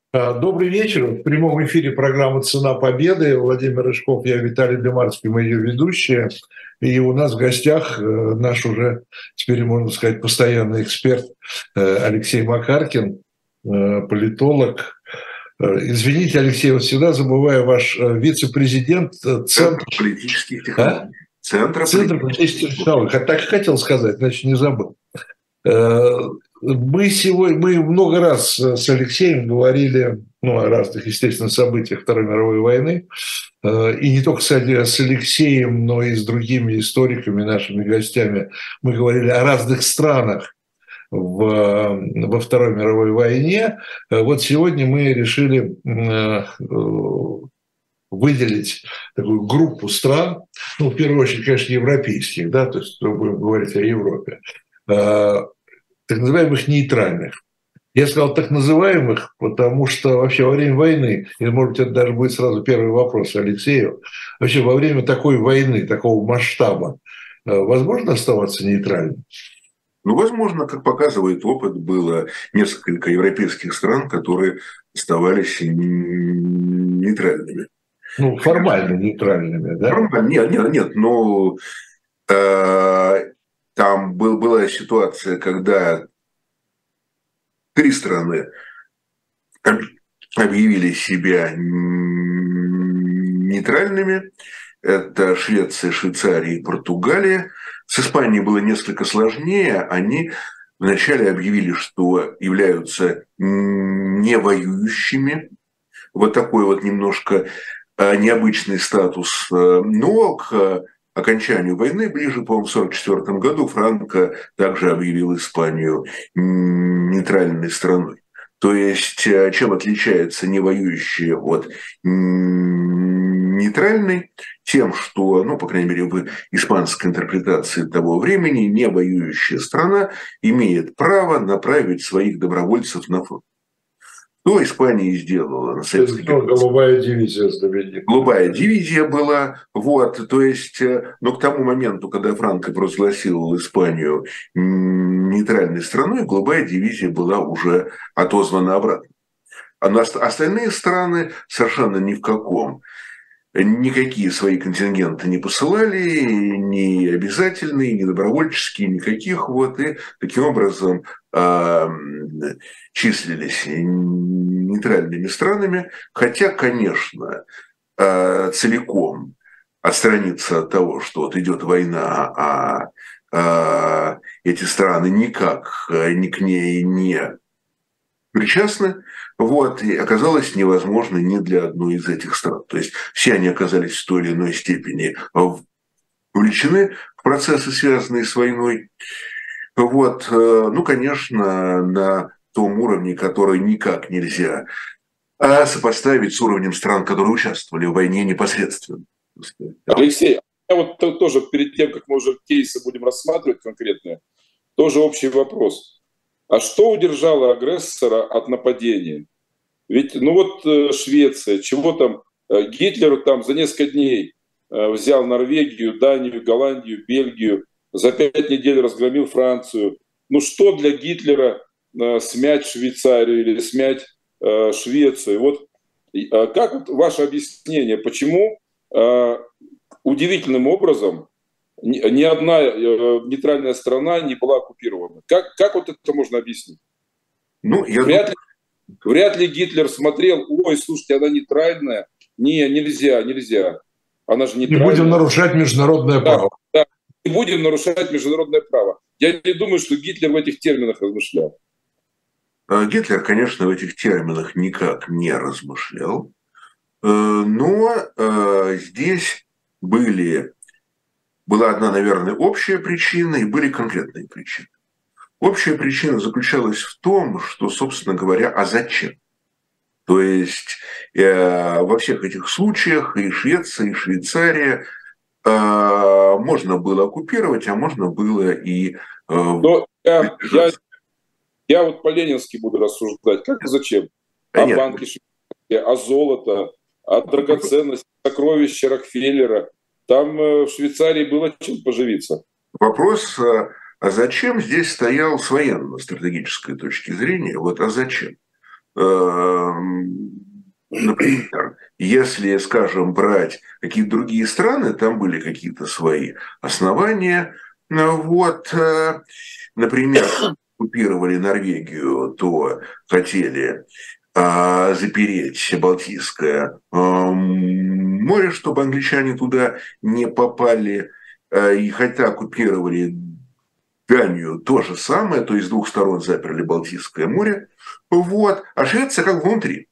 Добрый вечер. В прямом эфире программа «Цена победы». Владимир Рыжков, я Виталий Демарский, мы ее ведущие. И у нас в гостях наш уже, теперь можно сказать, постоянный эксперт Алексей Макаркин, политолог. Извините, Алексей, вот всегда забываю, ваш вице-президент Центр Центра... политических А? технологий. Центр Центра политических политических технологий. технологий. Так и хотел сказать, значит, не забыл. Мы много раз с Алексеем говорили о разных, естественно, событиях Второй мировой войны. И не только с Алексеем, но и с другими историками, нашими гостями. Мы говорили о разных странах во Второй мировой войне. Вот сегодня мы решили выделить такую группу стран, в первую очередь, конечно, европейских, да, то есть будем говорить о Европе, так называемых нейтральных. Я сказал так называемых, потому что вообще во время войны, и, может быть, это даже будет сразу первый вопрос Алексею, вообще во время такой войны, такого масштаба, возможно оставаться нейтральным? Возможно, как показывает опыт, было несколько европейских стран, которые оставались нейтральными. Формально нейтральными, да? Нет, но там была ситуация, когда три страны объявили себя нейтральными. Это Швеция, Швейцария и Португалия. С Испанией было несколько сложнее. Они вначале объявили, что являются не воюющими. Вот такой вот немножко необычный статус. Но к окончанию войны, ближе, по-моему, в 1944 году, Франко также объявил Испанию нейтральной страной. То есть, чем отличается невоюющая от нейтральной? Тем, что, по крайней мере, в испанской интерпретации того времени, невоюющая страна имеет право направить своих добровольцев на фронт. Что Испания сделала на советской границе? Голубая дивизия знаменитая. Голубая дивизия была, то есть, но к тому моменту, когда Франко провозгласил Испанию нейтральной страной, голубая дивизия была уже отозвана обратно. А остальные страны совершенно ни в каком. Никакие свои контингенты не посылали, ни обязательные, ни добровольческие, никаких. И таким образом числились нейтральными странами. Хотя, конечно, целиком отстраниться от того, что идет война, эти страны никак ни к ней не причастны, и оказалось невозможно ни для одной из этих стран. То есть все они оказались в той или иной степени вовлечены в процессы, связанные с войной. Конечно, на том уровне, который никак нельзя сопоставить с уровнем стран, которые участвовали в войне непосредственно. Алексей, я тоже перед тем, как мы уже кейсы будем рассматривать конкретные, тоже общий вопрос. А что удержало агрессора от нападения? Ведь, Швеция, чего там, Гитлер там за несколько дней взял Норвегию, Данию, Голландию, Бельгию, за 5 недель разгромил Францию. Что для Гитлера смять Швейцарию или смять Швецию? Как ваше объяснение, почему удивительным образом ни одна нейтральная страна не была оккупирована? Как это можно объяснить? Вряд ли Гитлер смотрел: ой, слушайте, она нейтральная. Нельзя. Она же нейтральная. Не будем нарушать международное право. Да, не будем нарушать международное право. Я не думаю, что Гитлер в этих терминах размышлял. Гитлер, конечно, в этих терминах никак не размышлял. Но здесь была одна, наверное, общая причина и были конкретные причины. Общая причина заключалась в том, что, собственно говоря, а зачем? То есть во всех этих случаях и Швеция, и Швейцария можно было оккупировать, а можно было и... Я по-ленински буду рассуждать. Как и зачем? Банки Швейцарии, золото, драгоценности, сокровища Рокфеллера. Там в Швейцарии было чем поживиться. Вопрос, а зачем здесь стоял с военно-стратегической точки зрения? А зачем? например, если, скажем, брать какие-то другие страны, там были какие-то свои основания. Вот, например, оккупировали Норвегию, то хотели запереть Балтийское море, чтобы англичане туда не попали. И хотя оккупировали Данию, то же самое, то есть с двух сторон заперли Балтийское море. Вот. А Швеция как внутри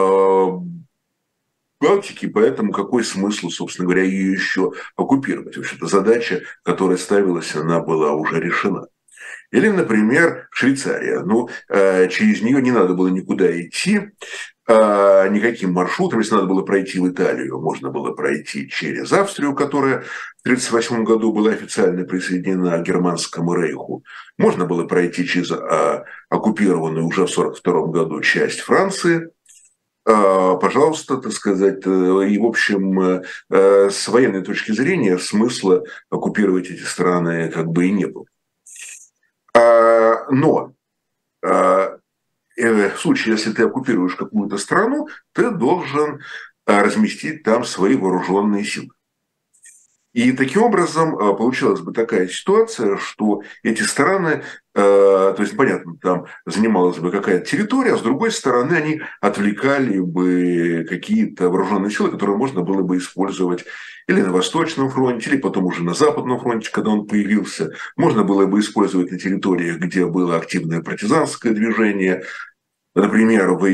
Балтики, поэтому какой смысл, собственно говоря, ее еще оккупировать? В общем-то, задача, которая ставилась, она была уже решена. Или, например, Швейцария. Ну, через нее не надо было никуда идти, никаким маршрутом. Если надо было пройти в Италию, можно было пройти через Австрию, которая в 1938 году была официально присоединена к Германскому рейху. Можно было пройти через оккупированную уже в 1942 году часть Франции. Пожалуйста, так сказать, и, в общем, с военной точки зрения смысла оккупировать эти страны как бы и не было. Но в случае, если ты оккупируешь какую-то страну, ты должен разместить там свои вооруженные силы. И таким образом получилась бы такая ситуация, что эти страны, то есть, понятно, там занималась бы какая-то территория, а с другой стороны они отвлекали бы какие-то вооруженные силы, которые можно было бы использовать или на Восточном фронте, или потом уже на Западном фронте, когда он появился. Можно было бы использовать на территориях, где было активное партизанское движение, например, в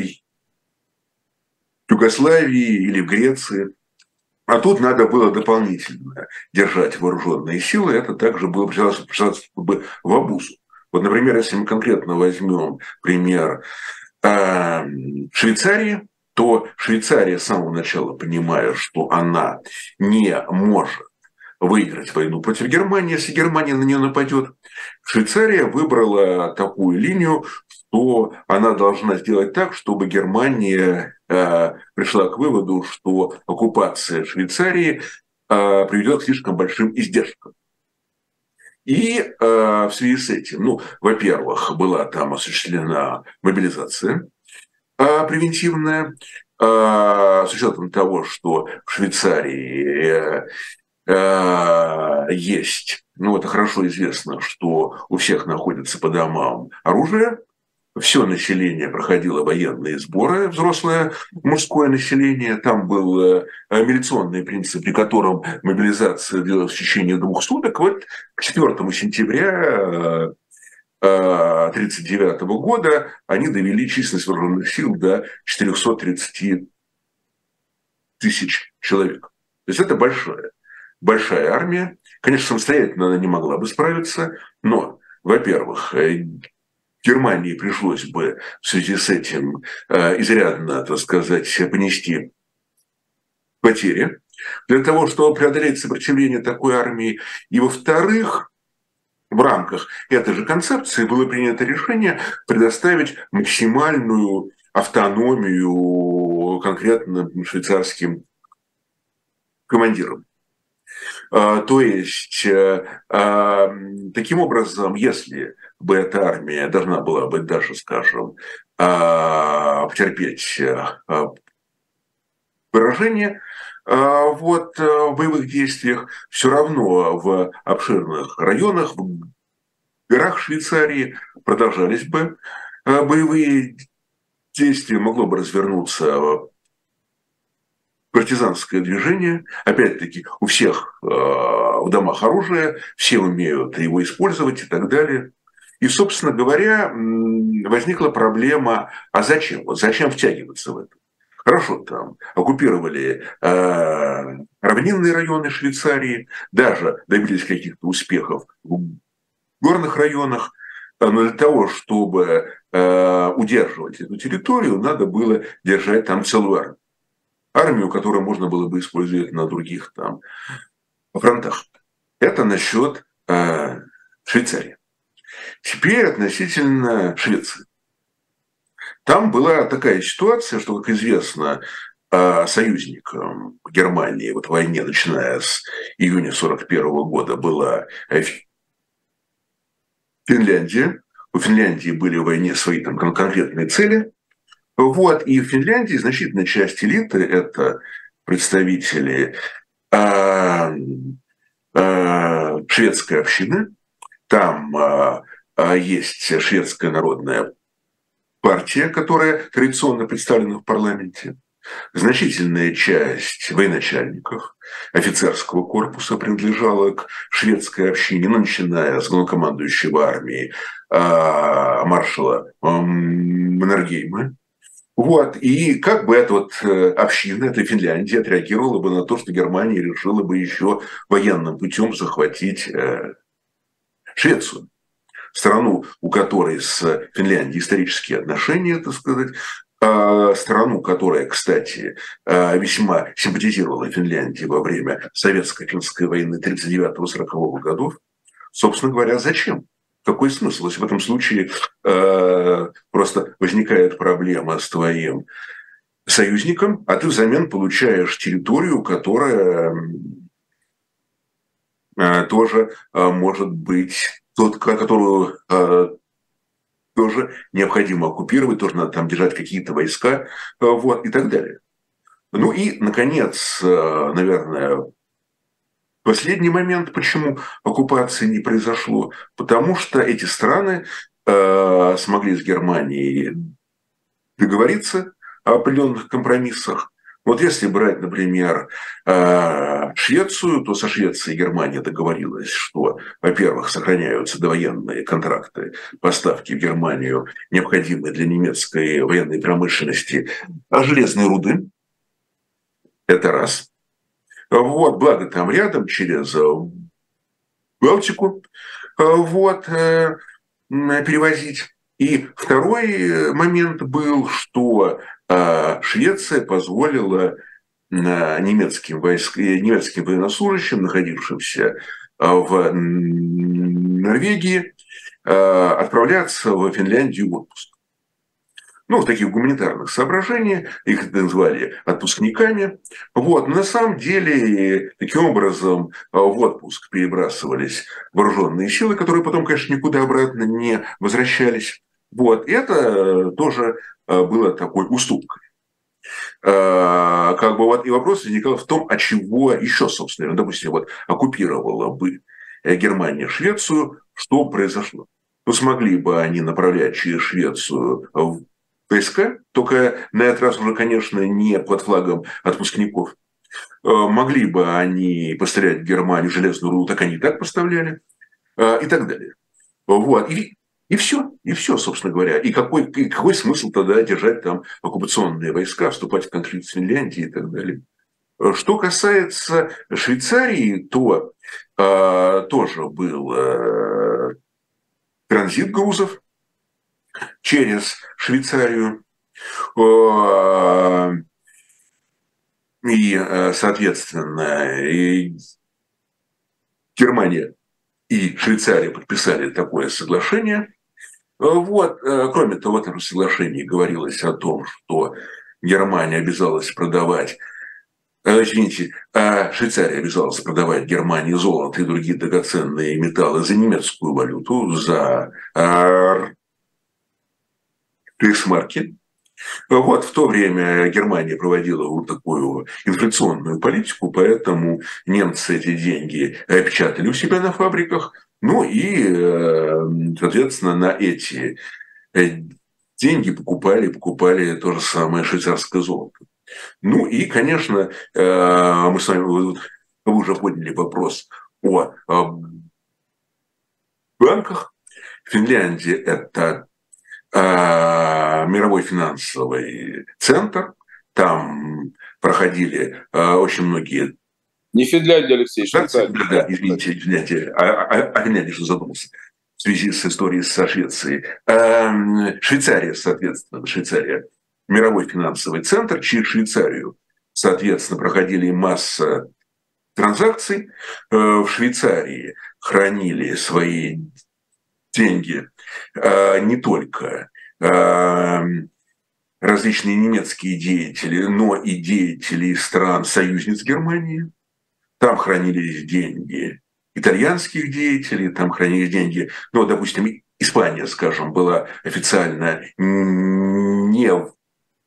Югославии или в Греции. А тут надо было дополнительно держать вооруженные силы, это также было бы в обузу. Вот, например, если мы конкретно возьмем пример Швейцарии, то Швейцария с самого начала, понимая, что она не может выиграть войну против Германии, если Германия на нее нападет, Швейцария выбрала такую линию, что она должна сделать так, чтобы Германия пришла к выводу, что оккупация Швейцарии приведет к слишком большим издержкам. И в связи с этим, ну, во-первых, была там осуществлена мобилизация превентивная, с учетом того, что в Швейцарии есть, ну, это хорошо известно, что у всех находится по домам оружие, все население проходило военные сборы, взрослое мужское население. Там был милиционный принцип, при котором мобилизация длилась в течение 2 суток. Вот к 4 сентября 1939 года они довели численность вооруженных сил до 430 тысяч человек. То есть это большая армия. Конечно, самостоятельно она не могла бы справиться, но, во-первых, Германии пришлось бы в связи с этим изрядно, так сказать, понести потери для того, чтобы преодолеть сопротивление такой армии. И, во-вторых, в рамках этой же концепции было принято решение предоставить максимальную автономию конкретно швейцарским командирам. То есть, таким образом, если бы эта армия должна была бы даже, скажем, потерпеть поражение вот, в боевых действиях, все равно в обширных районах, в горах Швейцарии продолжались бы боевые действия, могло бы развернуться партизанское движение. Опять-таки, у всех в домах оружие, все умеют его использовать и так далее. И, собственно говоря, возникла проблема, а зачем? Вот зачем втягиваться в это? Хорошо, там оккупировали равнинные районы Швейцарии, даже добились каких-то успехов в горных районах, но для того, чтобы удерживать эту территорию, надо было держать там целую армию, которую можно было бы использовать на других там фронтах. Это насчет Швейцарии. Теперь относительно Швеции. Там была такая ситуация, что, как известно, союзником Германии в войне, начиная с июня 1941 года, была Финляндия. У Финляндии были в войне свои там конкретные цели. Вот, и в Финляндии значительная часть элиты – это представители шведской общины. Там есть шведская народная партия, которая традиционно представлена в парламенте. Значительная часть военачальников офицерского корпуса принадлежала к шведской общине, ну, начиная с главнокомандующего армии маршала Маннергейма. Вот. И как бы эта вот община, эта Финляндия отреагировала бы на то, что Германия решила бы еще военным путем захватить Швецию, страну, у которой с Финляндией исторические отношения, так сказать, страну, которая, кстати, весьма симпатизировала Финляндии во время советско-финской войны 1939-1940 годов. Собственно говоря, зачем? Какой смысл, если в этом случае просто возникает проблема с твоим союзником, а ты взамен получаешь территорию, которая тоже может быть, которую тоже необходимо оккупировать, тоже надо там держать какие-то войска, вот, и так далее. Ну и, наконец, наверное, последний момент, почему оккупации не произошло, потому что эти страны смогли с Германией договориться о определенных компромиссах. Вот если брать, например, Швецию, то со Швецией Германия договорилась, что, во-первых, сохраняются довоенные контракты, поставки в Германию, необходимые для немецкой военной промышленности, железной руды. Это раз. Вот, благо там рядом, через Балтику, вот, перевозить. И второй момент был, что Швеция позволила немецким военнослужащим, находившимся в Норвегии, отправляться в Финляндию в отпуск. Ну, в таких гуманитарных соображениях, их назвали отпускниками. Вот. Но на самом деле, таким образом, в отпуск перебрасывались вооруженные силы, которые потом, конечно, никуда обратно не возвращались. Вот. И это тоже было такой уступкой. Как бы вот и вопрос возникал в том, а чего еще, собственно, допустим, вот оккупировала бы Германия Швецию, что произошло? Ну, смогли бы они направлять через Швецию войска, только на этот раз уже, конечно, не под флагом отпускников. Могли бы они поставлять в Германию железную руду, так они и так поставляли, и так далее. Вот. И все, собственно говоря. И какой смысл тогда держать там оккупационные войска, вступать в конфликт с Финляндией и так далее. Что касается Швейцарии, то тоже был транзит грузов через Швейцарию. И, соответственно, и Германия и Швейцария подписали такое соглашение. Вот. Кроме того, в этом соглашении говорилось о том, что Германия обязалась продавать, Швейцария обязалась продавать Германии золото и другие драгоценные металлы за немецкую валюту, за рейхсмарки. Вот в то время Германия проводила вот такую инфляционную политику, поэтому немцы эти деньги печатали у себя на фабриках, ну и, соответственно, на эти деньги покупали то же самое швейцарское золото. Ну и, конечно, мы с вами, вы уже подняли вопрос о банках. Финляндия – это мировой финансовый центр. Там проходили очень многие... Не Финляндия, Алексей, Швейцария. Да, извините, Финляндия. Финляндия, что задумался в связи с историей со Швецией. Швейцария, соответственно, мировой финансовый центр. Через Швейцарию, соответственно, проходили масса транзакций. В Швейцарии хранили свои деньги не только различные немецкие деятели, но и деятели стран-союзниц Германии. Там хранились деньги итальянских деятелей, там хранились деньги, допустим, Испания, скажем, была официально не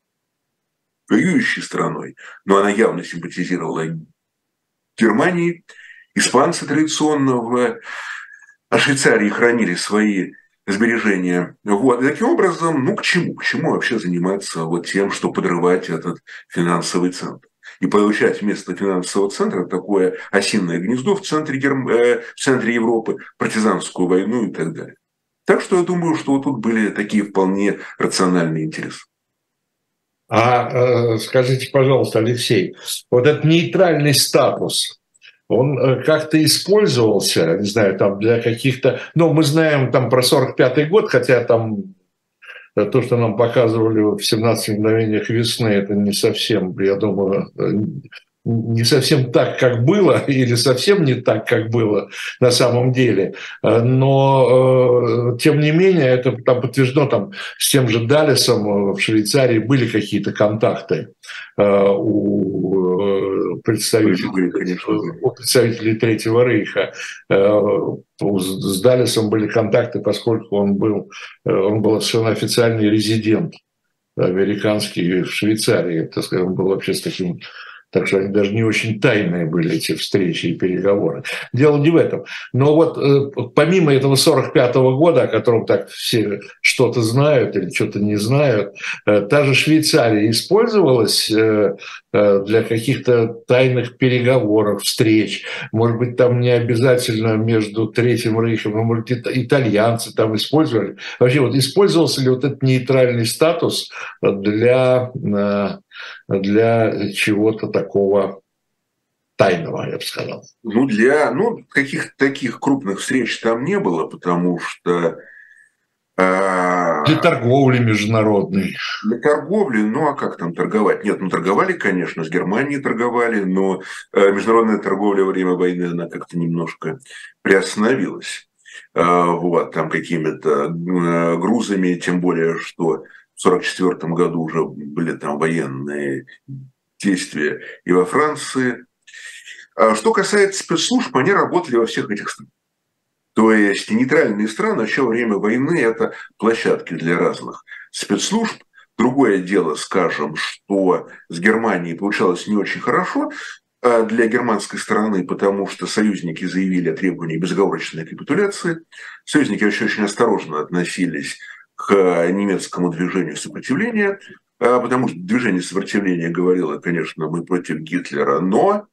воюющей страной, но она явно симпатизировала Германии. Испанцы традиционно в Швейцарии хранили свои сбережения. Вот. И таким образом, ну к чему? К чему вообще заниматься вот тем, что подрывать этот финансовый центр? И получать вместо финансового центра такое осиное гнездо в центре, в центре Европы, партизанскую войну и так далее. Так что я думаю, что вот тут были такие вполне рациональные интересы. Скажите, пожалуйста, Алексей, вот этот нейтральный статус, он как-то использовался, не знаю, там для каких-то... Ну, мы знаем там про 45-й год, хотя там то, что нам показывали в «17 мгновениях весны», это не совсем, я думаю, не совсем так, как было, или совсем не так, как было на самом деле. Но, тем не менее, это там подтверждено, там, с тем же Даллесом в Швейцарии были какие-то контакты у представителей Третьего Рейха. С Даллесом были контакты, поскольку он был совершенно официальный резидент американский в Швейцарии. Так сказать, он был вообще с таким... Так что они даже не очень тайные были, эти встречи и переговоры. Дело не в этом. Но вот помимо этого 45-го года, о котором так все что-то знают или что-то не знают, та же Швейцария использовалась для каких-то тайных переговоров, встреч. Может быть, там не обязательно между Третьим Рейхом, но, может, итальянцы там использовали. Вообще, вот использовался ли вот этот нейтральный статус для чего-то такого тайного, я бы сказал? Каких-то таких крупных встреч там не было, потому что... Для торговли международной. Для торговли, ну а как там торговать? Нет, торговали, конечно, с Германией торговали, но международная торговля во время войны, она как-то немножко приостановилась. Вот, там какими-то грузами, тем более, что в 1944 году уже были там военные действия и во Франции. Что касается спецслужб, они работали во всех этих странах. То есть нейтральные страны вообще во время войны – это площадки для разных спецслужб. Другое дело, скажем, что с Германией получалось не очень хорошо для германской стороны, потому что союзники заявили о требовании безоговорочной капитуляции. Союзники вообще очень осторожно относились к немецкому движению сопротивления, потому что движение сопротивления говорило, конечно, мы против Гитлера, но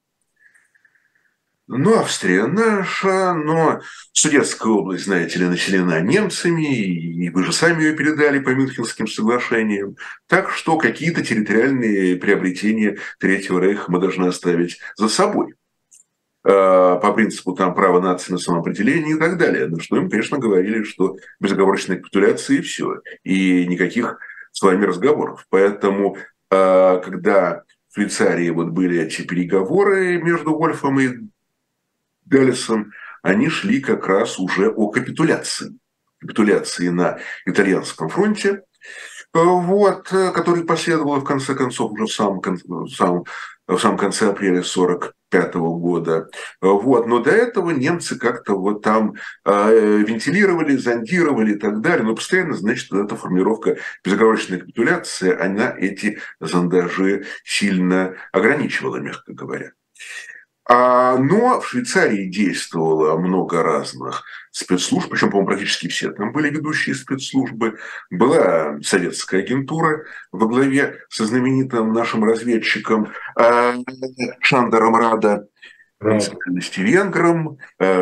Австрия наша, но Судетская область, знаете ли, населена немцами, и вы же сами ее передали по Мюнхенским соглашениям. Так что какие-то территориальные приобретения Третьего Рейха мы должны оставить за собой. По принципу там права нации на самоопределение и так далее. На что им, конечно, говорили, что безоговорочная капитуляция и все. И никаких с вами разговоров. Поэтому, когда в Швейцарии вот были эти переговоры между Вольфом и Даллесом, они шли как раз уже о капитуляции. Капитуляции на итальянском фронте, вот, который последовал в конце концов уже в самом конце апреля 1945 года. Вот. Но до этого немцы как-то вот там вентилировали, зондировали и так далее. Но постоянно, значит, эта формулировка безоговорочной капитуляции, она эти зондажи сильно ограничивала, мягко говоря. Но в Швейцарии действовало много разных спецслужб, причем, по-моему, практически все там были ведущие спецслужбы. Была советская агентура во главе со знаменитым нашим разведчиком Шандором Рада, по национальности венгром,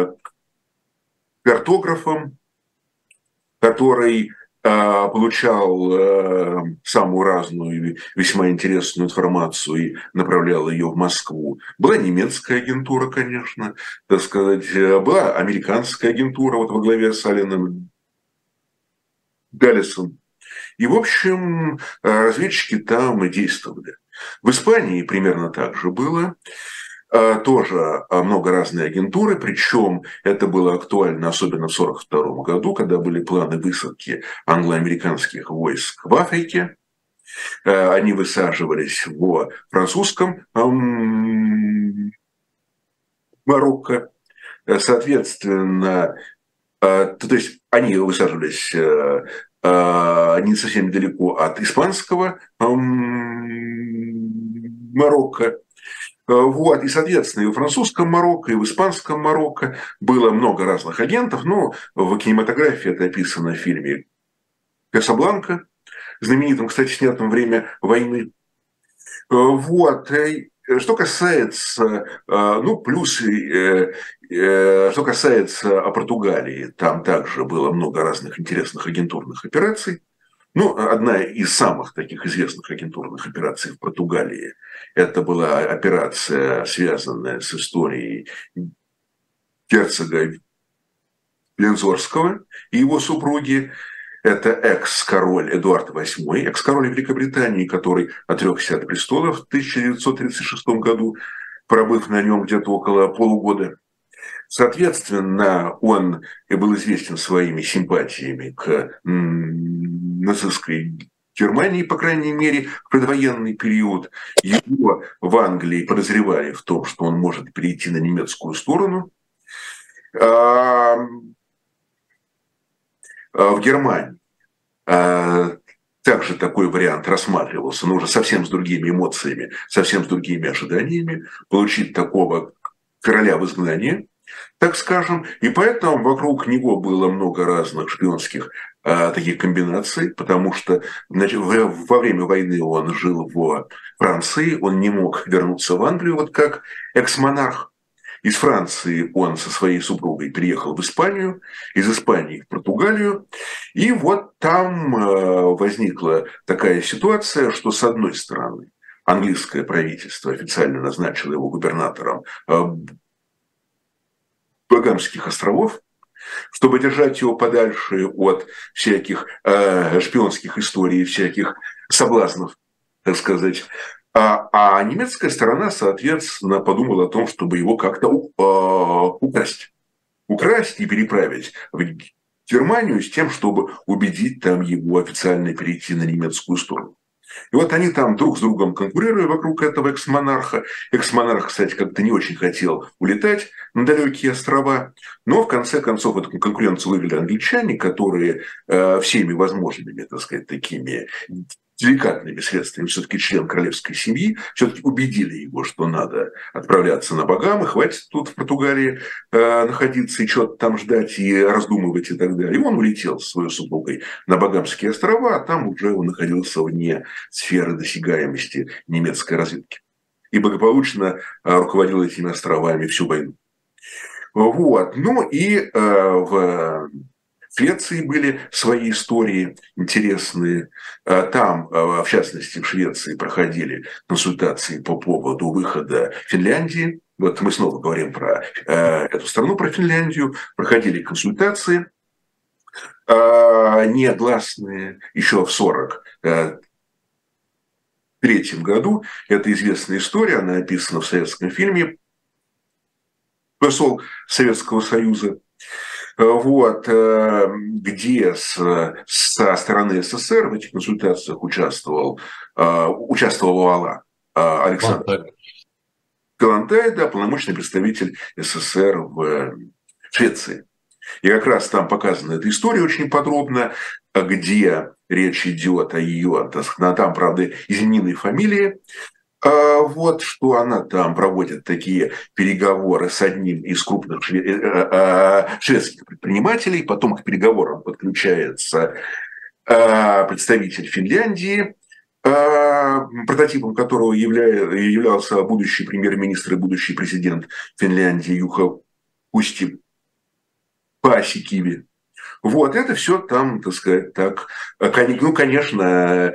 картографом, который получал самую разную и весьма интересную информацию и направлял ее в Москву. Была немецкая агентура, конечно, так сказать, была американская агентура вот во главе с Алленом Даллесом. И, в общем, разведчики там и действовали. В Испании примерно так же было. Тоже много разной агентуры, причем это было актуально особенно в 1942 году, когда были планы высадки англо-американских войск в Африке. Они высаживались в французском Марокко. Соответственно, то есть они высаживались не совсем далеко от испанского Марокко. Вот. И, соответственно, и в французском Марокко, и в испанском Марокко было много разных агентов. Но в кинематографии это описано в фильме «Касабланка», знаменитом, кстати, снятом во время войны. Вот. Что касается, ну, плюсы, что касается Португалии, там также было много разных интересных агентурных операций. Ну, одна из самых таких известных агентурных операций в Португалии – это была операция, связанная с историей герцога Лензорского и его супруги. Это экс-король Эдуард VIII, экс-король Великобритании, который отрекся от престола в 1936 году, пробыв на нем где-то около полугода. Соответственно, он и был известен своими симпатиями к нацистской Германии, по крайней мере, в предвоенный период. Его в Англии подозревали в том, что он может перейти на немецкую сторону. В Германии также такой вариант рассматривался, но уже совсем с другими эмоциями, совсем с другими ожиданиями, получить такого короля в изгнании, так скажем. И поэтому вокруг него было много разных шпионских таких комбинаций, потому что во время войны он жил во Франции, он не мог вернуться в Англию, вот как экс-монарх. Из Франции он со своей супругой переехал в Испанию, из Испании в Португалию. И вот там возникла такая ситуация, что с одной стороны английское правительство официально назначило его губернатором Багамских островов, чтобы держать его подальше от всяких шпионских историй, всяких соблазнов, так сказать. А немецкая сторона, соответственно, подумала о том, чтобы его как-то украсть и переправить в Германию с тем, чтобы убедить там его официально перейти на немецкую сторону. И вот они там друг с другом конкурируя вокруг этого экс-монарха. Экс-монарх, кстати, как-то не очень хотел улетать на далекие острова. Но в конце концов эту конкуренцию выиграли англичане, которые всеми возможными, так сказать, такими деликатными средствами, все-таки член королевской семьи, все-таки убедили его, что надо отправляться на Багамы, хватит тут в Португалии находиться и что-то там ждать и раздумывать и так далее. И он улетел со своей супругой на Багамские острова, а там уже он находился вне сферы досягаемости немецкой разведки. И благополучно руководил этими островами всю войну. Вот. Ну и в Швеции были свои истории интересные. Там, в частности, в Швеции проходили консультации по поводу выхода Финляндии. Вот мы снова говорим про эту страну, про Финляндию. Проходили консультации негласные еще в 1943 году. Это известная история, она описана в советском фильме «Посол Советского Союза». Вот, где со стороны СССР в этих консультациях участвовал Вала Александр Калантай, да, полномочный представитель СССР в Швеции. И как раз там показана эта история очень подробно, где речь идет о ее, там, правда, измененной фамилии. Вот, что она там проводит такие переговоры с одним из крупных шведских предпринимателей, потом к переговорам подключается представитель Финляндии, прототипом которого являлся будущий премьер-министр и будущий президент Финляндии Юха Кусти Паасикиви. Вот, это все там, так сказать, так, ну, конечно,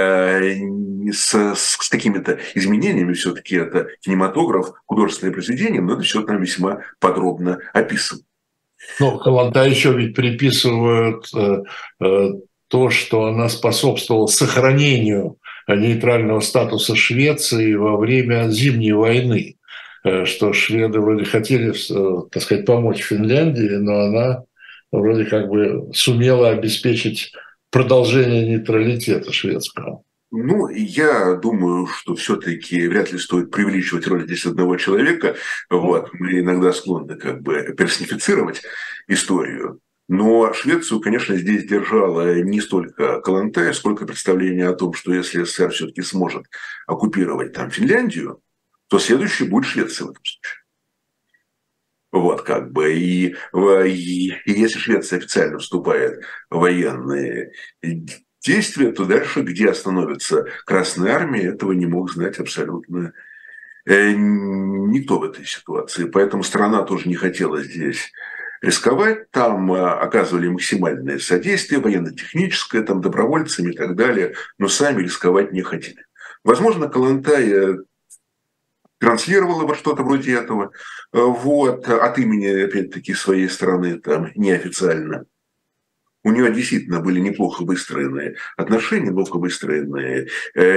с какими-то изменениями, все-таки это кинематограф, художественное произведение, но это все там весьма подробно описано. Ну, Калантай еще ведь приписывают то, что она способствовала сохранению нейтрального статуса Швеции во время Зимней войны, что шведы вроде хотели, так сказать, помочь Финляндии, но она вроде как бы сумела обеспечить продолжение нейтралитета шведского. Ну, я думаю, что все-таки вряд ли стоит преувеличивать роль здесь одного человека. Вот. Мы иногда склонны как бы персонифицировать историю. Но Швецию, конечно, здесь держала не столько Калантай, сколько представление о том, что если СССР все-таки сможет оккупировать там Финляндию, то следующей будет Швеция в этом случае. Вот как бы. И если Швеция официально вступает в военные действия, то дальше, где остановится Красная Армия, этого не мог знать абсолютно никто в этой ситуации. Поэтому страна тоже не хотела здесь рисковать. Там оказывали максимальное содействие, военно-техническое, там добровольцами и так далее, но сами рисковать не хотели. Возможно, Калантай транслировала во что-то вроде этого, вот, от имени, опять-таки, своей страны, там, неофициально. У нее действительно были неплохо выстроенные отношения, неплохо выстроенные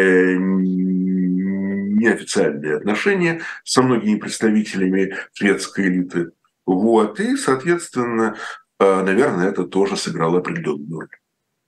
неофициальные отношения со многими представителями шведской элиты. Вот, и, соответственно, наверное, это тоже сыграло определенную роль.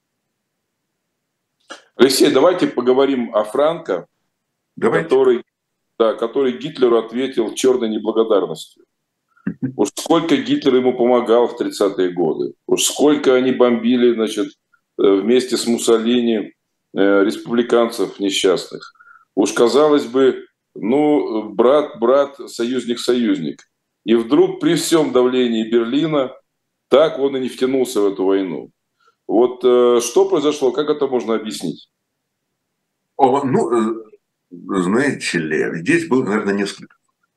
Алексей, давайте поговорим о Франко, Давайте. который Гитлеру ответил черной неблагодарностью. Уж сколько Гитлер ему помогал в 30-е годы, уж сколько они бомбили, значит, вместе с Муссолини республиканцев несчастных. Уж, казалось бы, ну, брат, союзник. И вдруг при всем давлении Берлина так он и не втянулся в эту войну. Вот что произошло, как это можно объяснить? Знаете ли, здесь было, наверное, несколько.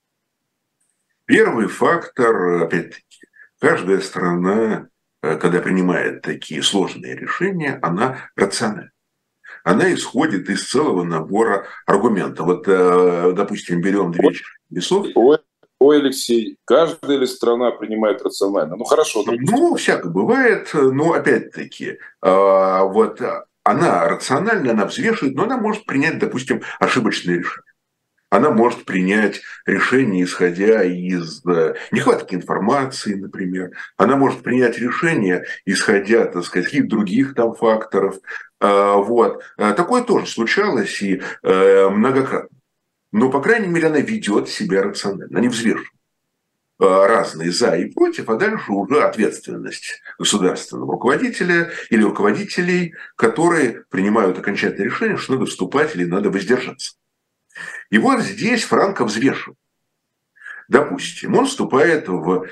Первый фактор, опять-таки, каждая страна, когда принимает такие сложные решения, она рациональна. Она исходит из целого набора аргументов. Вот, допустим, берем две весов. Ой, Алексей, каждая ли страна принимает рационально? Ну, хорошо, допустим. Ну, всякое бывает, но опять-таки, вот она рациональна, она взвешивает, но она может принять, допустим, ошибочные решения. Она может принять решение, исходя из нехватки информации, например. Она может принять решение, исходя, так сказать, каких-то других там факторов. Вот. Такое тоже случалось и многократно. Но, по крайней мере, она ведет себя рационально, она не взвешивает разные за и против, а дальше уже ответственность государственного руководителя или руководителей, которые принимают окончательное решение, что надо вступать или надо воздержаться. И вот здесь Франко взвешивает. Допустим, он вступает в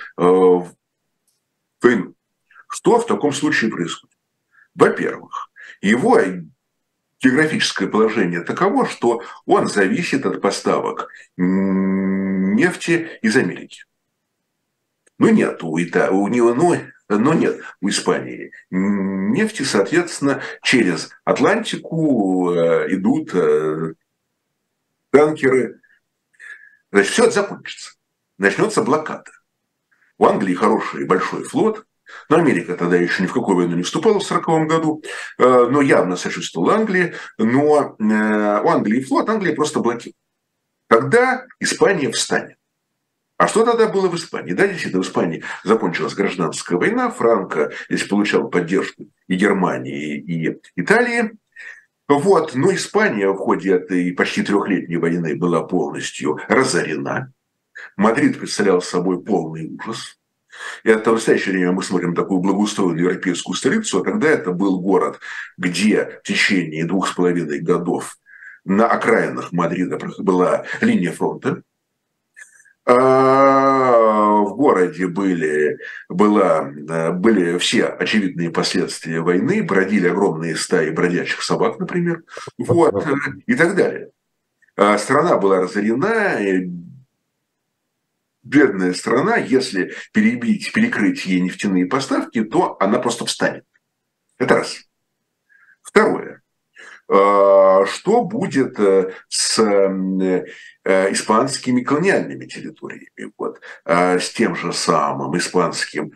войну. Что в таком случае происходит? Во-первых, его географическое положение таково, что он зависит от поставок нефти из Америки. Ну, нет у него, но нет у Испании нефти, соответственно, через Атлантику идут танкеры. Значит, все это закончится. Начнется блокада. У Англии хороший большой флот, но Америка тогда еще ни в какую войну не вступала в 1940 году, но явно сочувствовала Англии, но у Англии флот, Англия просто блокирует. Тогда Испания встанет. А что тогда было в Испании? Да, действительно, в Испании закончилась гражданская война, Франко здесь получал поддержку и Германии, и Италии. Вот. Но Испания в ходе этой почти трехлетней войны была полностью разорена. Мадрид представлял собой полный ужас. И это в настоящее время мы смотрим такую благоустроенную европейскую столицу, а тогда это был город, где в течение 2,5 годов на окраинах Мадрида была линия фронта. В городе были все очевидные последствия войны, бродили огромные стаи бродячих собак, например, вот, и так далее. Страна была разорена, бедная страна, если перекрыть ей нефтяные поставки, то она просто встанет. Это раз. Второе. Что будет с испанскими колониальными территориями, вот, с тем же самым испанским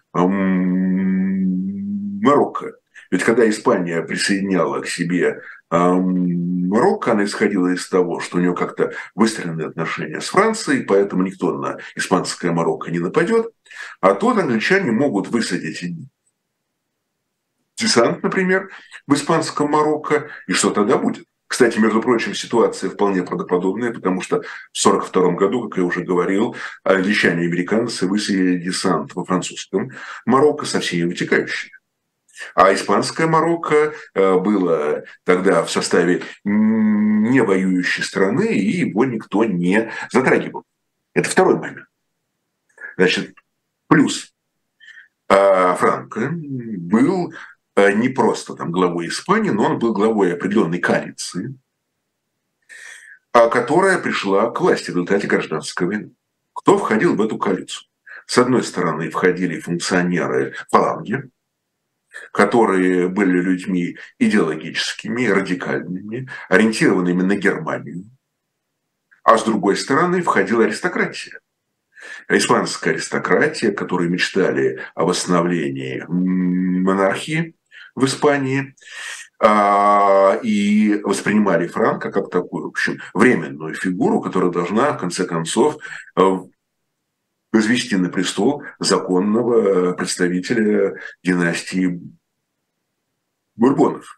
Марокко? Ведь когда Испания присоединяла к себе Марокко, она исходила из того, что у нее как-то выстроены отношения с Францией, поэтому никто на испанское Марокко не нападет, а тут англичане могут высадить десант, например, в испанском Марокко, и что тогда будет? Кстати, между прочим, ситуация вполне правдоподобная, потому что в 1942 году, как я уже говорил, англичане и американцы высадили десант во французском Марокко со всеми вытекающими. А испанское Марокко было тогда в составе не воюющей страны, и его никто не затрагивал. Это второй момент. Значит, плюс Франко был не просто там главой Испании, но он был главой определенной коалиции, которая пришла к власти в результате гражданской войны. Кто входил в эту коалицию? С одной стороны, входили функционеры фаланги, которые были людьми идеологическими, радикальными, ориентированными на Германию. А с другой стороны, входила аристократия. Испанская аристократия, которые мечтали о восстановлении монархии в Испании и воспринимали Франко как такую, в общем, временную фигуру, которая должна, в конце концов, возвести на престол законного представителя династии Бурбонов.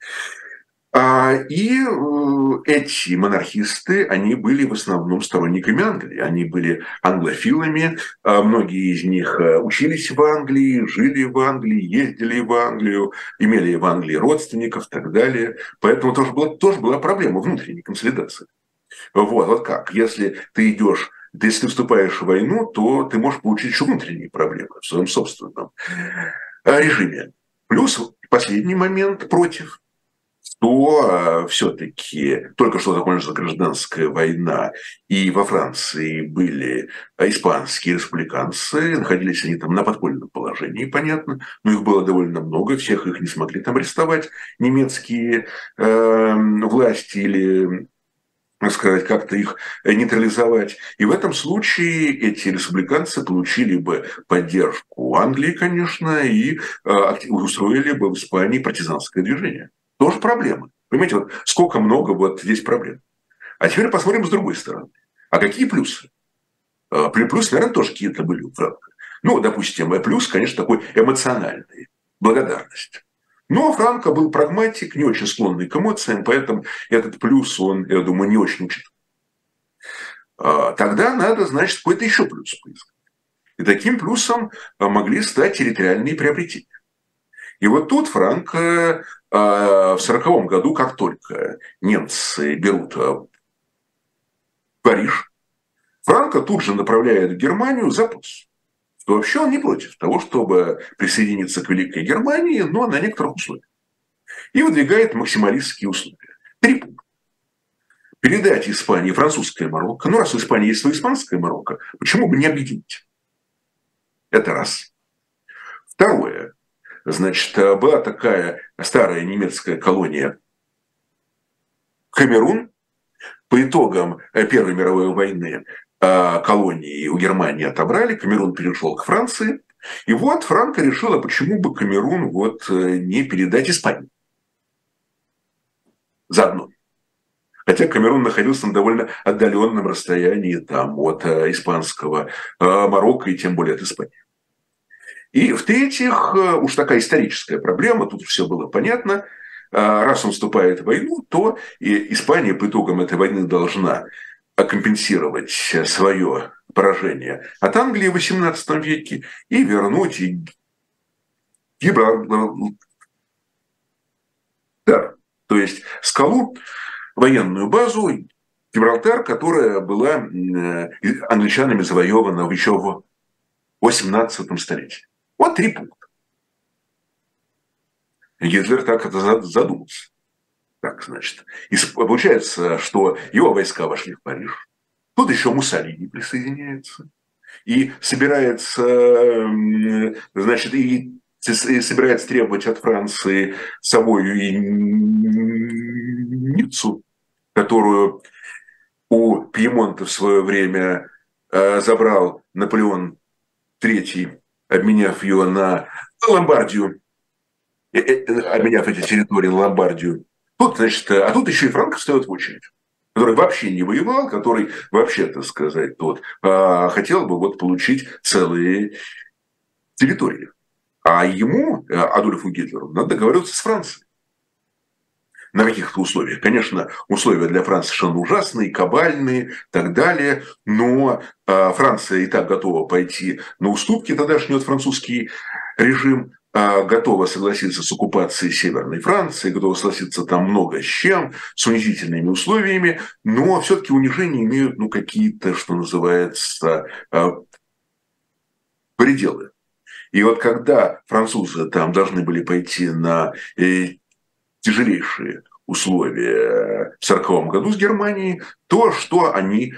И эти монархисты, они были в основном сторонниками Англии, они были англофилами, многие из них учились в Англии, жили в Англии, ездили в Англию, имели в Англии родственников и так далее. Поэтому тоже была проблема внутренней консолидации. Вот как, если ты вступаешь в войну, то ты можешь получить еще внутренние проблемы в своем собственном режиме. Плюс последний момент против, то все-таки только что закончилась гражданская война, и во Франции были испанские республиканцы, находились они там на подпольном положении, понятно, но их было довольно много, всех их не смогли там арестовать немецкие власти или, так сказать, как-то их нейтрализовать. И в этом случае эти республиканцы получили бы поддержку Англии, конечно, и устроили бы в Испании партизанское движение. Тоже проблема. Понимаете, вот сколько много вот здесь проблем. А теперь посмотрим с другой стороны. А какие плюсы? Плюсы, наверное, тоже какие-то были у Франко. Ну, допустим, плюс, конечно, такой эмоциональный. Благодарность. Но Франко был прагматик, не очень склонный к эмоциям, поэтому этот плюс он, я думаю, не очень учит. Тогда надо, значит, какой-то еще плюс поискать. И таким плюсом могли стать территориальные приобретения. И вот тут Франко в 1940 году, как только немцы берут Париж, Франко тут же направляет в Германию запрос, что вообще он не против того, чтобы присоединиться к Великой Германии, но на некоторых условиях. И выдвигает максималистские условия. 3 пункта. Передать Испании французское Марокко. Ну, раз у Испании есть свое испанское Марокко, почему бы не объединить? Это раз. Второе. Значит, была такая старая немецкая колония Камерун. По итогам Первой мировой войны колонии у Германии отобрали, Камерун перешел к Франции. И вот Франко решил, а почему бы Камерун не передать Испании заодно. Хотя Камерун находился на довольно отдаленном расстоянии там, от испанского Марокко и тем более от Испании. И в-третьих, уж такая историческая проблема, тут все было понятно, раз он вступает в войну, то и Испания по итогам этой войны должна компенсировать свое поражение от Англии в XVIII веке и вернуть Гибралтар, то есть скалу, военную базу Гибралтар, которая была англичанами завоевана еще в XVIII столетии. Вот 3 пункта. Гитлер так это задумался. Так, значит. И получается, что его войска вошли в Париж. Тут еще Муссолини присоединяется. И собирается, значит, и собирается требовать от Франции собою и Ниццу, которую у Пьемонта в свое время забрал Наполеон III, обменяв ее на Ломбардию, обменяв эти территории на Ломбардию. Тут, значит, а тут еще и Франко встает в очередь, который вообще не воевал, который вообще, так сказать, хотел бы получить целые территории. А ему, Адольфу Гитлеру, надо договариваться с Францией. на каких-то условиях. Конечно, условия для Франции совершенно ужасные, кабальные и так далее, но Франция и так готова пойти на уступки, тогдашний французский режим, готова согласиться с оккупацией Северной Франции, готова согласиться там много с чем, с унизительными условиями, но все-таки унижения имеют какие-то, что называется, пределы. И вот когда французы там должны были пойти на тяжелейшие условия в 1940 году с Германией, то, что они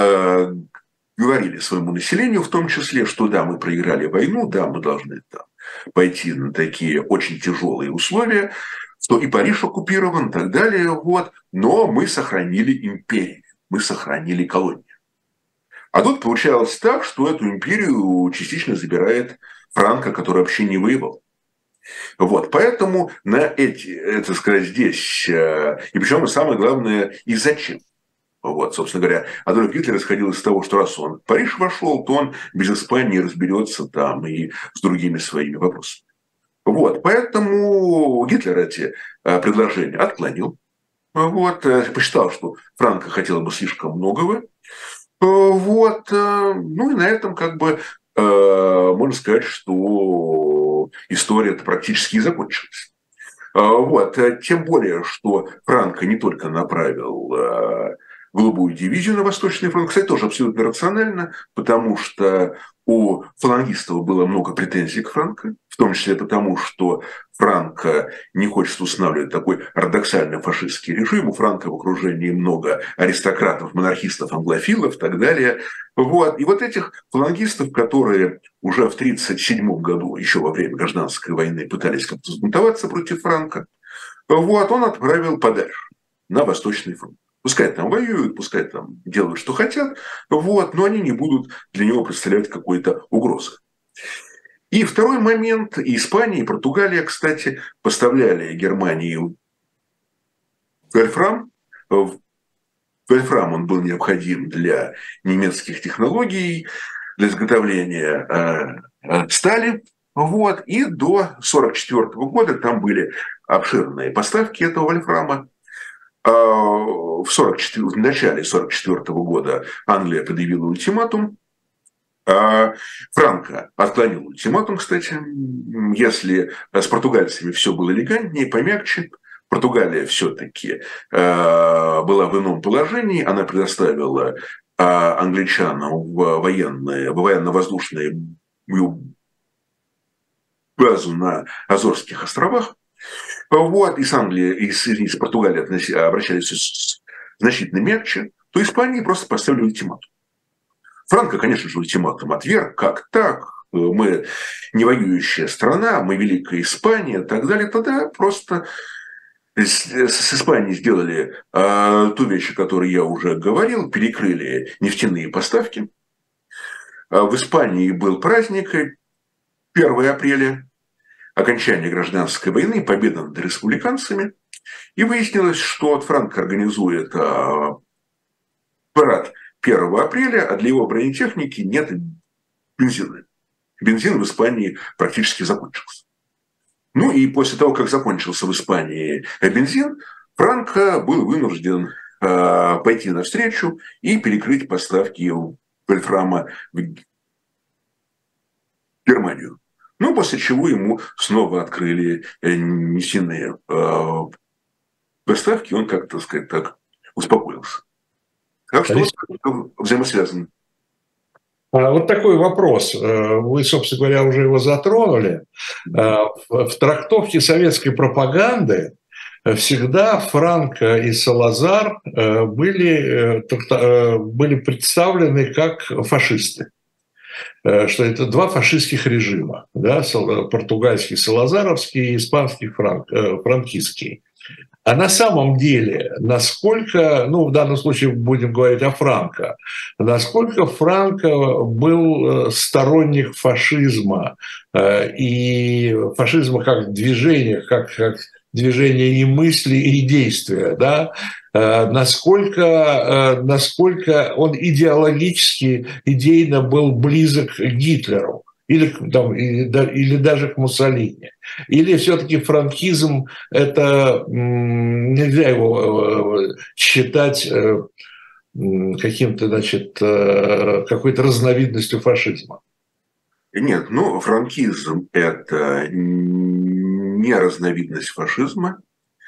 говорили своему населению, в том числе, что да, мы проиграли войну, да, мы должны там пойти на такие очень тяжелые условия, что и Париж оккупирован и так далее, вот, но мы сохранили империю, мы сохранили колонию. А тут получалось так, что эту империю частично забирает Франко, который вообще не воевал. Вот, поэтому на это сказать, здесь, и причем самое главное, и зачем. Вот, собственно говоря, Адольф Гитлер исходил из того, что раз он в Париж вошел, то он без Испании разберется там и с другими своими вопросами. Вот, поэтому Гитлер эти предложения отклонил. Вот, посчитал, что Франко хотел бы слишком многого. Вот, ну и на этом можно сказать, что история-то практически и закончилась. Вот, тем более, что Франко не только направил голубую дивизию на Восточный фронт, кстати, тоже абсолютно рационально, потому что у фалангистов было много претензий к Франко, в том числе потому, что Франко не хочет устанавливать такой ортодоксальный фашистский режим, у Франко в окружении много аристократов, монархистов, англофилов и так далее. Вот. И вот этих фалангистов, которые уже в 1937 году, еще во время гражданской войны, пытались как-то взбунтоваться против Франко, вот, он отправил подальше, на Восточный фронт. Пускай там воюют, пускай там делают, что хотят, вот, но они не будут для него представлять какой-то угрозы. И второй момент. И Испания, и Португалия, кстати, поставляли Германии вольфрам. Вольфрам он был необходим для немецких технологий, для изготовления стали. Вот. И до 1944 года там были обширные поставки этого вольфрама. В начале 1944 года Англия предъявила ультиматум. Франко отклонил ультиматум, кстати. Если с португальцами все было элегантнее, помягче, Португалия все-таки была в ином положении. Она предоставила англичанам военно-воздушную базу на Азорских островах. Вот, и с Англией, и с Португалией обращались значительно мягче, то Испании просто поставили ультиматум. Франко, конечно же, ультиматум отверг. Как так? Мы не воюющая страна, мы Великая Испания и так далее. Тогда просто с Испанией сделали ту вещь, о которой я уже говорил, перекрыли нефтяные поставки. В Испании был праздник 1 апреля, окончание гражданской войны, победа над республиканцами. И выяснилось, что Франко организует парад 1 апреля, а для его бронетехники нет бензина. Бензин в Испании практически закончился. Ну и после того, как закончился в Испании бензин, Франко был вынужден пойти навстречу и перекрыть поставки вольфрама в Германию. Ну, после чего ему снова открыли нефтяные поставки, он как-то, сказать так, успокоился. Так что вот взаимосвязано. Вот такой вопрос. Вы, собственно говоря, уже его затронули. В трактовке советской пропаганды всегда Франко и Салазар были представлены как фашисты. Что это два фашистских режима, да, португальский салазаровский и испанский франкистский. А на самом деле, насколько, в данном случае будем говорить о Франко, насколько Франко был сторонник фашизма и фашизма как движения, как движения и мысли, и действия, да, насколько он идеологически, идейно был близок к Гитлеру. или даже к Муссолини? Или все-таки франкизм – это нельзя его считать каким-то, значит, какой-то разновидностью фашизма? Нет, ну, франкизм – это не разновидность фашизма.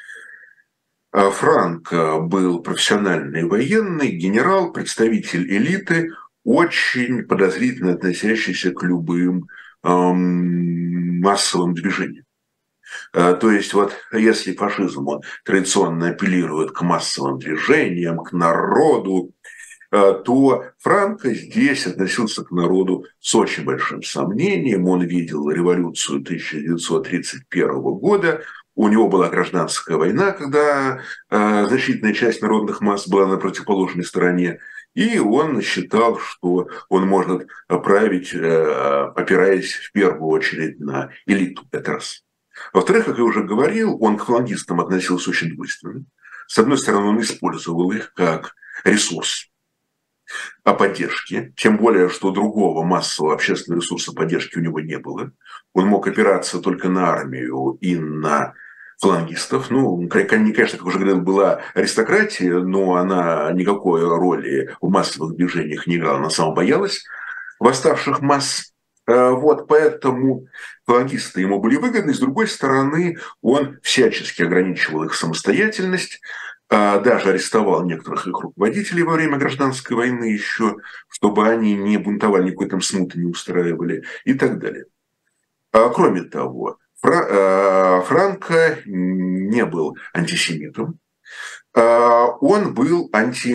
Франко был профессиональный военный, генерал, представитель элиты, очень подозрительно относящийся к любым массовым движениям. То есть вот если фашизм он традиционно апеллирует к массовым движениям, к народу, то Франко здесь относился к народу с очень большим сомнением. Он видел революцию 1931 года, у него была гражданская война, когда значительная часть народных масс была на противоположной стороне, и он считал, что он может править, опираясь в первую очередь на элиту. Это раз. Во-вторых, как я уже говорил, он к фалангистам относился очень двойственно. С одной стороны, он использовал их как ресурс о поддержке, тем более, что другого массового общественного ресурса поддержки у него не было. Он мог опираться только на армию и на фалангистов. Ну, конечно, как уже говорил, была аристократия, но она никакой роли в массовых движениях не играла, она сама боялась восставших масс. Вот, поэтому фалангисты ему были выгодны. С другой стороны, он всячески ограничивал их самостоятельность, даже арестовал некоторых их руководителей во время гражданской войны еще, чтобы они не бунтовали, никакой там смуты не устраивали и так далее. Кроме того, Франко не был антисемитом, он был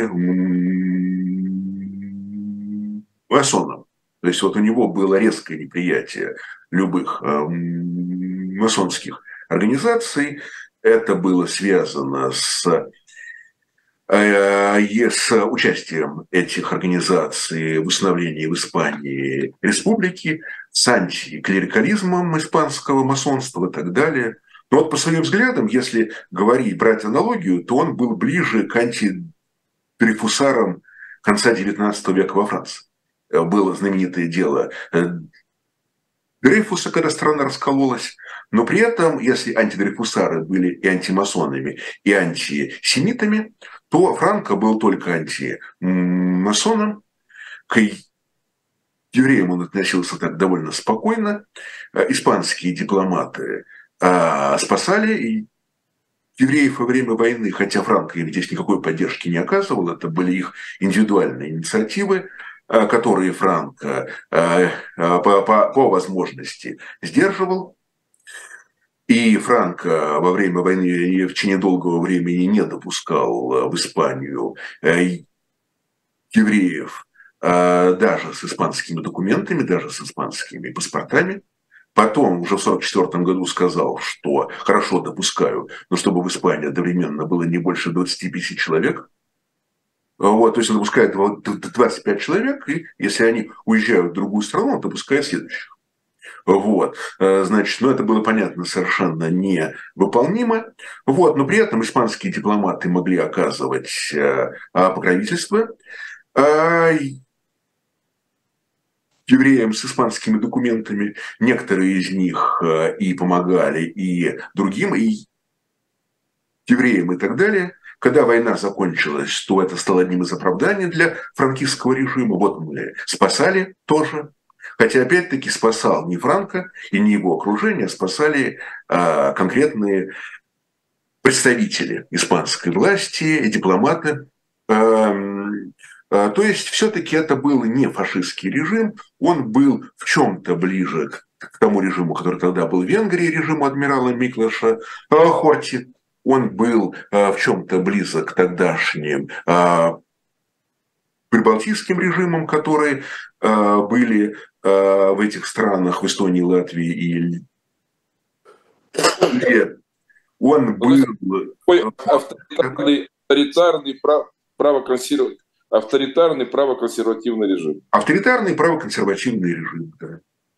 антимасоном. То есть вот у него было резкое неприятие любых масонских организаций. Это было связано с участием этих организаций в установлении в Испании республики, с антиклерикализмом испанского масонства и так далее. Но вот по своим взглядам, если брать аналогию, то он был ближе к антидрейфусарам конца XIX века во Франции. Было знаменитое дело Дрейфуса, когда страна раскололась, но при этом, если антидрейфусары были и антимасонами, и антисемитами, то Франко был только антимасоном, к евреям он относился так довольно спокойно, испанские дипломаты спасали евреев во время войны, хотя Франко им здесь никакой поддержки не оказывал, это были их индивидуальные инициативы, которые Франко по возможности сдерживал. И Франко во время войны и в течение долгого времени не допускал в Испанию евреев даже с испанскими документами, даже с испанскими паспортами. Потом уже в 1944 году сказал, что хорошо, допускаю, но чтобы в Испании одновременно было не больше 25 человек. Вот, то есть он допускает 25 человек, и если они уезжают в другую страну, он допускает следующих. Вот, значит, это было понятно совершенно невыполнимо. Вот, но при этом испанские дипломаты могли оказывать покровительство евреям с испанскими документами. Некоторые из них и помогали и другим, и евреям и так далее. Когда война закончилась, то это стало одним из оправданий для франкистского режима. Вот мы спасали тоже. Хотя, опять-таки, спасал не Франко и не его окружение, а спасали конкретные представители испанской власти, дипломаты. То есть, все-таки это был не фашистский режим, он был в чем-то ближе к тому режиму, который тогда был в Венгрии, режиму адмирала Миклоша Хорти. Он был в чем-то близок к тогдашним прибалтийским режимам, которые были в этих странах, в Эстонии, Латвии и Литве. Он был авторитарный правоконсервативный режим. Авторитарный правоконсервативный режим, да.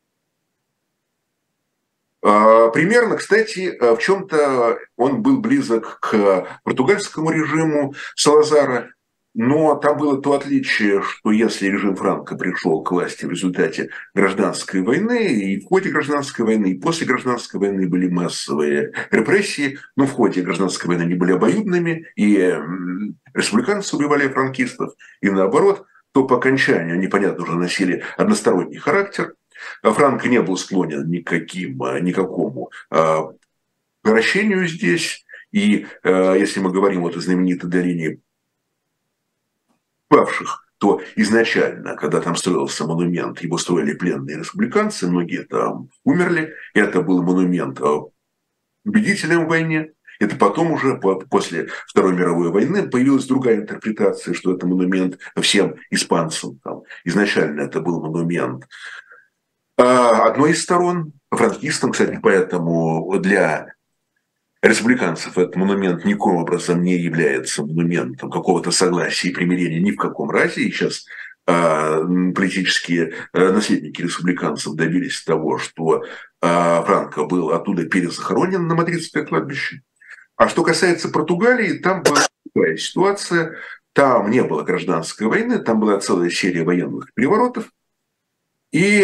Примерно, кстати, в чем-то он был близок к португальскому режиму Салазара. Но там было то отличие, что если режим Франко пришел к власти в результате гражданской войны, и в ходе гражданской войны, и после гражданской войны были массовые репрессии, но в ходе гражданской войны они были обоюдными, и республиканцы убивали франкистов, и наоборот, то по окончанию они, понятно, уже носили односторонний характер. Франко не был склонен никакому превращению здесь. И если мы говорим вот о знаменитой долине павших, то изначально, когда там строился монумент, его строили пленные республиканцы, многие там умерли. Это был монумент победителям в войне. Это потом уже, после Второй мировой войны, появилась другая интерпретация, что это монумент всем испанцам. Там. Изначально это был монумент одной из сторон, франкистам, кстати, поэтому для республиканцев этот монумент никаким образом не является монументом какого-то согласия и примирения ни в каком разе. И сейчас политические наследники республиканцев добились того, что Франко был оттуда перезахоронен на Мадридское кладбище. А что касается Португалии, там была другая ситуация. Там не было гражданской войны, там была целая серия военных переворотов. И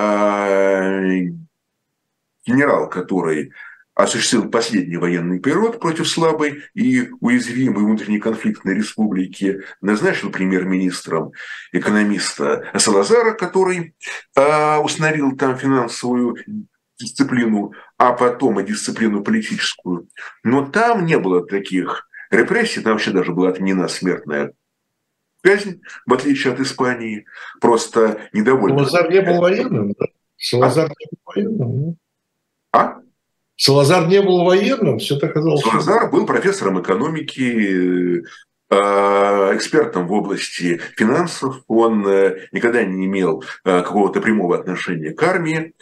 генерал, который осуществил последний военный переворот против слабой и уязвимой внутреннеконфликтной республики, назначил премьер-министром экономиста Салазара, который установил там финансовую дисциплину, а потом и дисциплину политическую. Но там не было таких репрессий, там вообще даже была отменена смертная казнь, в отличие от Испании. Просто недовольны. Салазар не был военным, да? Салазар не был военным, А? Салазар не был военным, все это оказалось... Салазар был профессором экономики, экспертом в области финансов. Он никогда не имел какого-то прямого отношения к армии.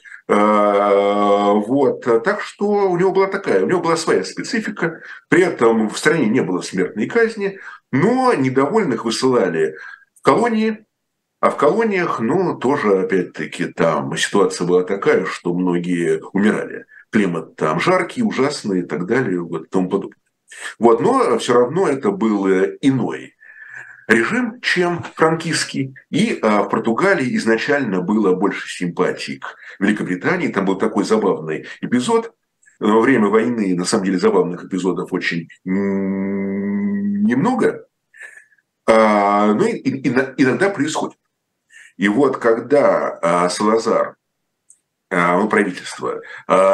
Вот. Так что у него была своя специфика. При этом в стране не было смертной казни, но недовольных высылали в колонии. А в колониях, тоже, опять-таки, там ситуация была такая, что многие умирали. Климат там жаркий, ужасный и так далее, вот, и тому подобное. Вот, но все равно это был иной режим, чем франкистский. И в Португалии изначально было больше симпатий к Великобритании. Там был такой забавный эпизод. Во время войны, на самом деле, забавных эпизодов очень немного. Но иногда происходит. И вот когда Салазар, правительство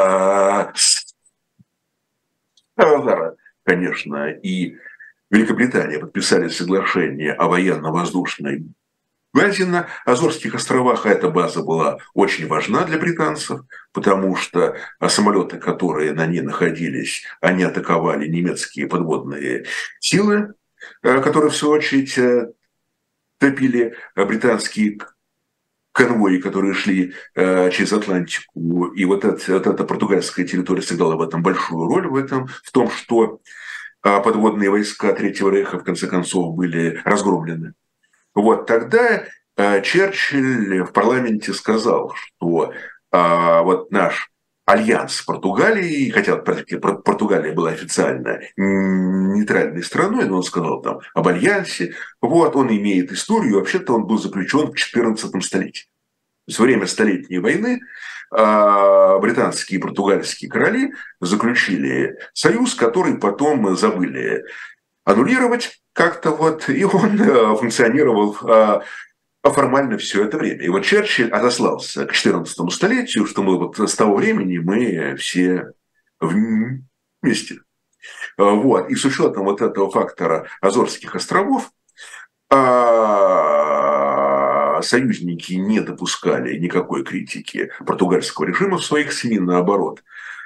Салазара, конечно, и Великобритания подписали соглашение о военно-воздушной базе на Азорских островах, а эта база была очень важна для британцев, потому что самолеты, которые на ней находились, они атаковали немецкие подводные силы, которые, в свою очередь, топили британские конвои, которые шли через Атлантику. И вот эта португальская территория сыграла в этом большую роль, в том, что подводные войска Третьего Рейха в конце концов были разгромлены. Вот тогда Черчилль в парламенте сказал, что вот наш альянс с Португалией, хотя Португалия была официально нейтральной страной, но он сказал там об альянсе, вот он имеет историю, вообще-то он был заключен в XIV столетии. То есть во время Столетней войны британские и португальские короли заключили союз, который потом забыли аннулировать как-то, вот, и он функционировал формально все это время. И вот Черчилль отослался к XIV столетию, что мы вот с того времени мы все вместе. Вот. И с учетом вот этого фактора Азорских островов союзники не допускали никакой критики португальского режима в своих СМИ, наоборот.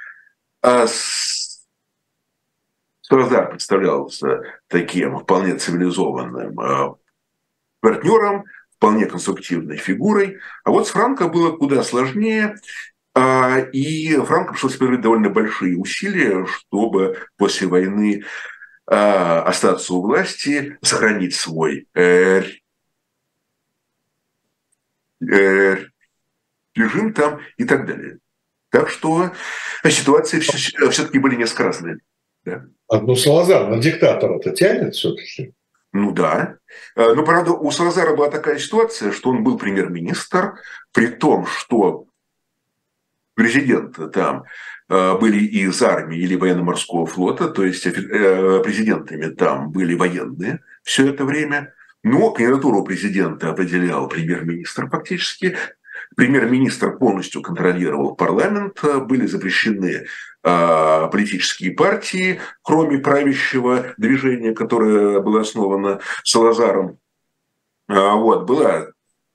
Салазар представлялся таким вполне цивилизованным партнером, вполне конструктивной фигурой. А вот с Франко было куда сложнее. И Франко пришлось приложить довольно большие усилия, чтобы после войны остаться у власти, сохранить свой режим там и так далее. Так что ситуации все-таки были несколько разные. Да. Салазар на диктатора-то тянет все-таки? Ну да. Но, правда, у Салазара была такая ситуация, что он был премьер-министр, при том, что президенты там были из армии или военно-морского флота, то есть президентами там были военные все это время. Но кандидатуру президента определял премьер-министр фактически. Премьер-министр полностью контролировал парламент, были запрещены политические партии, кроме правящего движения, которое было основано Салазаром. Вот, была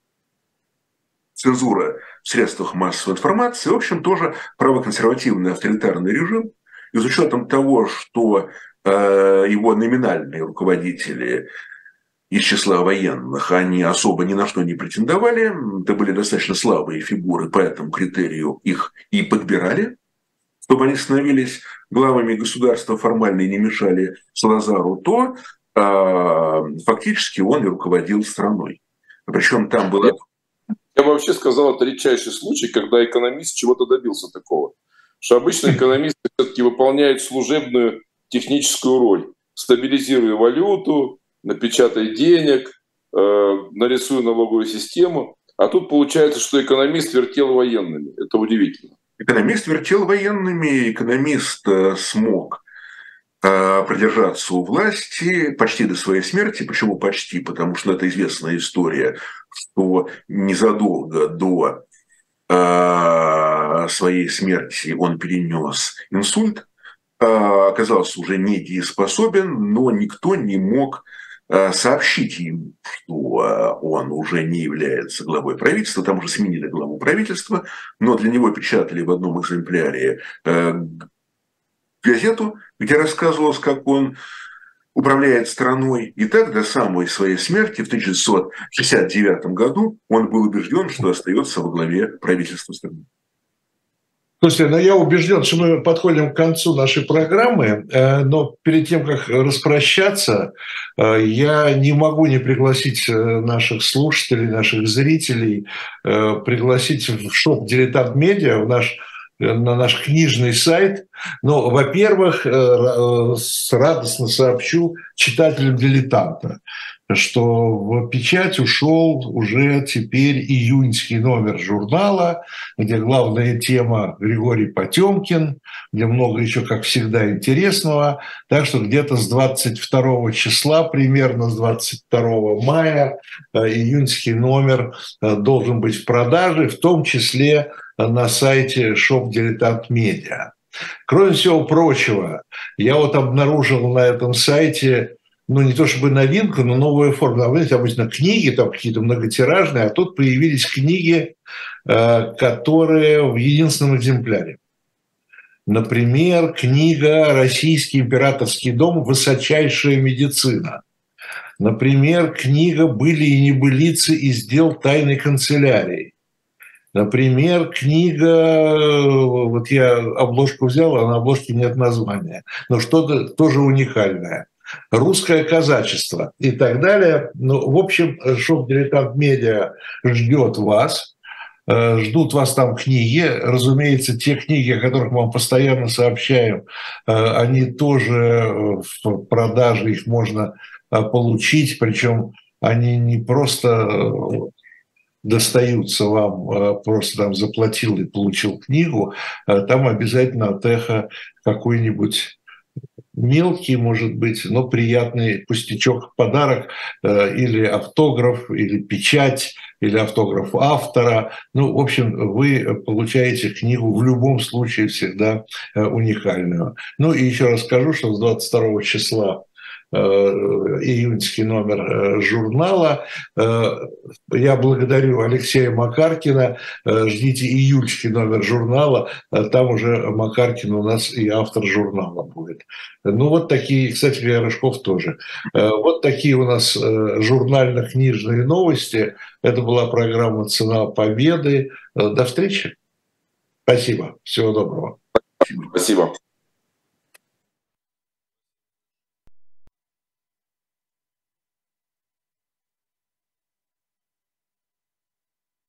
цензура в средствах массовой информации. В общем, тоже правоконсервативный авторитарный режим. И с учетом того, что его номинальные руководители из числа военных, они особо ни на что не претендовали, это были достаточно слабые фигуры, по этому критерию их и подбирали, чтобы они становились главами государства, формально и не мешали Салазару, то фактически он и руководил страной. Причем там было... Я бы вообще сказал, это редчайший случай, когда экономист чего-то добился такого. Что обычно экономисты все-таки выполняют служебную техническую роль, стабилизируя валюту, напечатай денег, нарисуй налоговую систему. А тут получается, что экономист вертел военными. Это удивительно. Экономист вертел военными, экономист смог продержаться у власти почти до своей смерти. Почему почти? Потому что это известная история, что незадолго до своей смерти он перенес инсульт, оказался уже недееспособен, но никто не мог сообщить ему, что он уже не является главой правительства, там уже сменили главу правительства, но для него печатали в одном экземпляре газету, где рассказывалось, как он управляет страной. И так до самой своей смерти в 1969 году он был убежден, что остается во главе правительства страны. Слушайте, я убежден, что мы подходим к концу нашей программы, но перед тем, как распрощаться, я не могу не пригласить наших слушателей, наших зрителей, пригласить в шоп «Дилетант Медиа», на наш книжный сайт. Но, во-первых, радостно сообщу читателям «Дилетанта», что в печать ушел уже теперь июньский номер журнала, где главная тема Григорий Потемкин, где много еще, как всегда, интересного. Так что где-то с 22 числа, примерно с 22 мая, июньский номер должен быть в продаже, в том числе на сайте Shop Дилетант Медиа. Кроме всего прочего, я обнаружил на этом сайте, не то чтобы новинку, но новую форму. Знаете, обычно книги там какие-то многотиражные, а тут появились книги, которые в единственном экземпляре. Например, книга «Российский императорский дом. Высочайшая медицина». Например, книга «Были и небылицы из дел тайной канцелярии». Например, книга, я обложку взял, а на обложке нет названия, но что-то тоже уникальное. «Русское казачество» и так далее. В общем, шоп «Дилетант Медиа» ждет вас. Ждут вас там книги. Разумеется, те книги, о которых мы вам постоянно сообщаем, они тоже в продаже, их можно получить. Причем они не просто достаются вам, просто там заплатил и получил книгу, там обязательно от Эхо какой-нибудь мелкий, может быть, но приятный пустячок, подарок, или автограф, или печать, или автограф автора. В общем, вы получаете книгу в любом случае всегда уникальную. И еще раз скажу, что с 22 числа июньский номер журнала. Я благодарю Алексея Макаркина. Ждите июльский номер журнала. Там уже Макаркин у нас и автор журнала будет. Такие, кстати говоря, Рыжков тоже. Вот такие у нас журнально-книжные новости. Это была программа «Цена победы». До встречи. Спасибо. Всего доброго. Спасибо.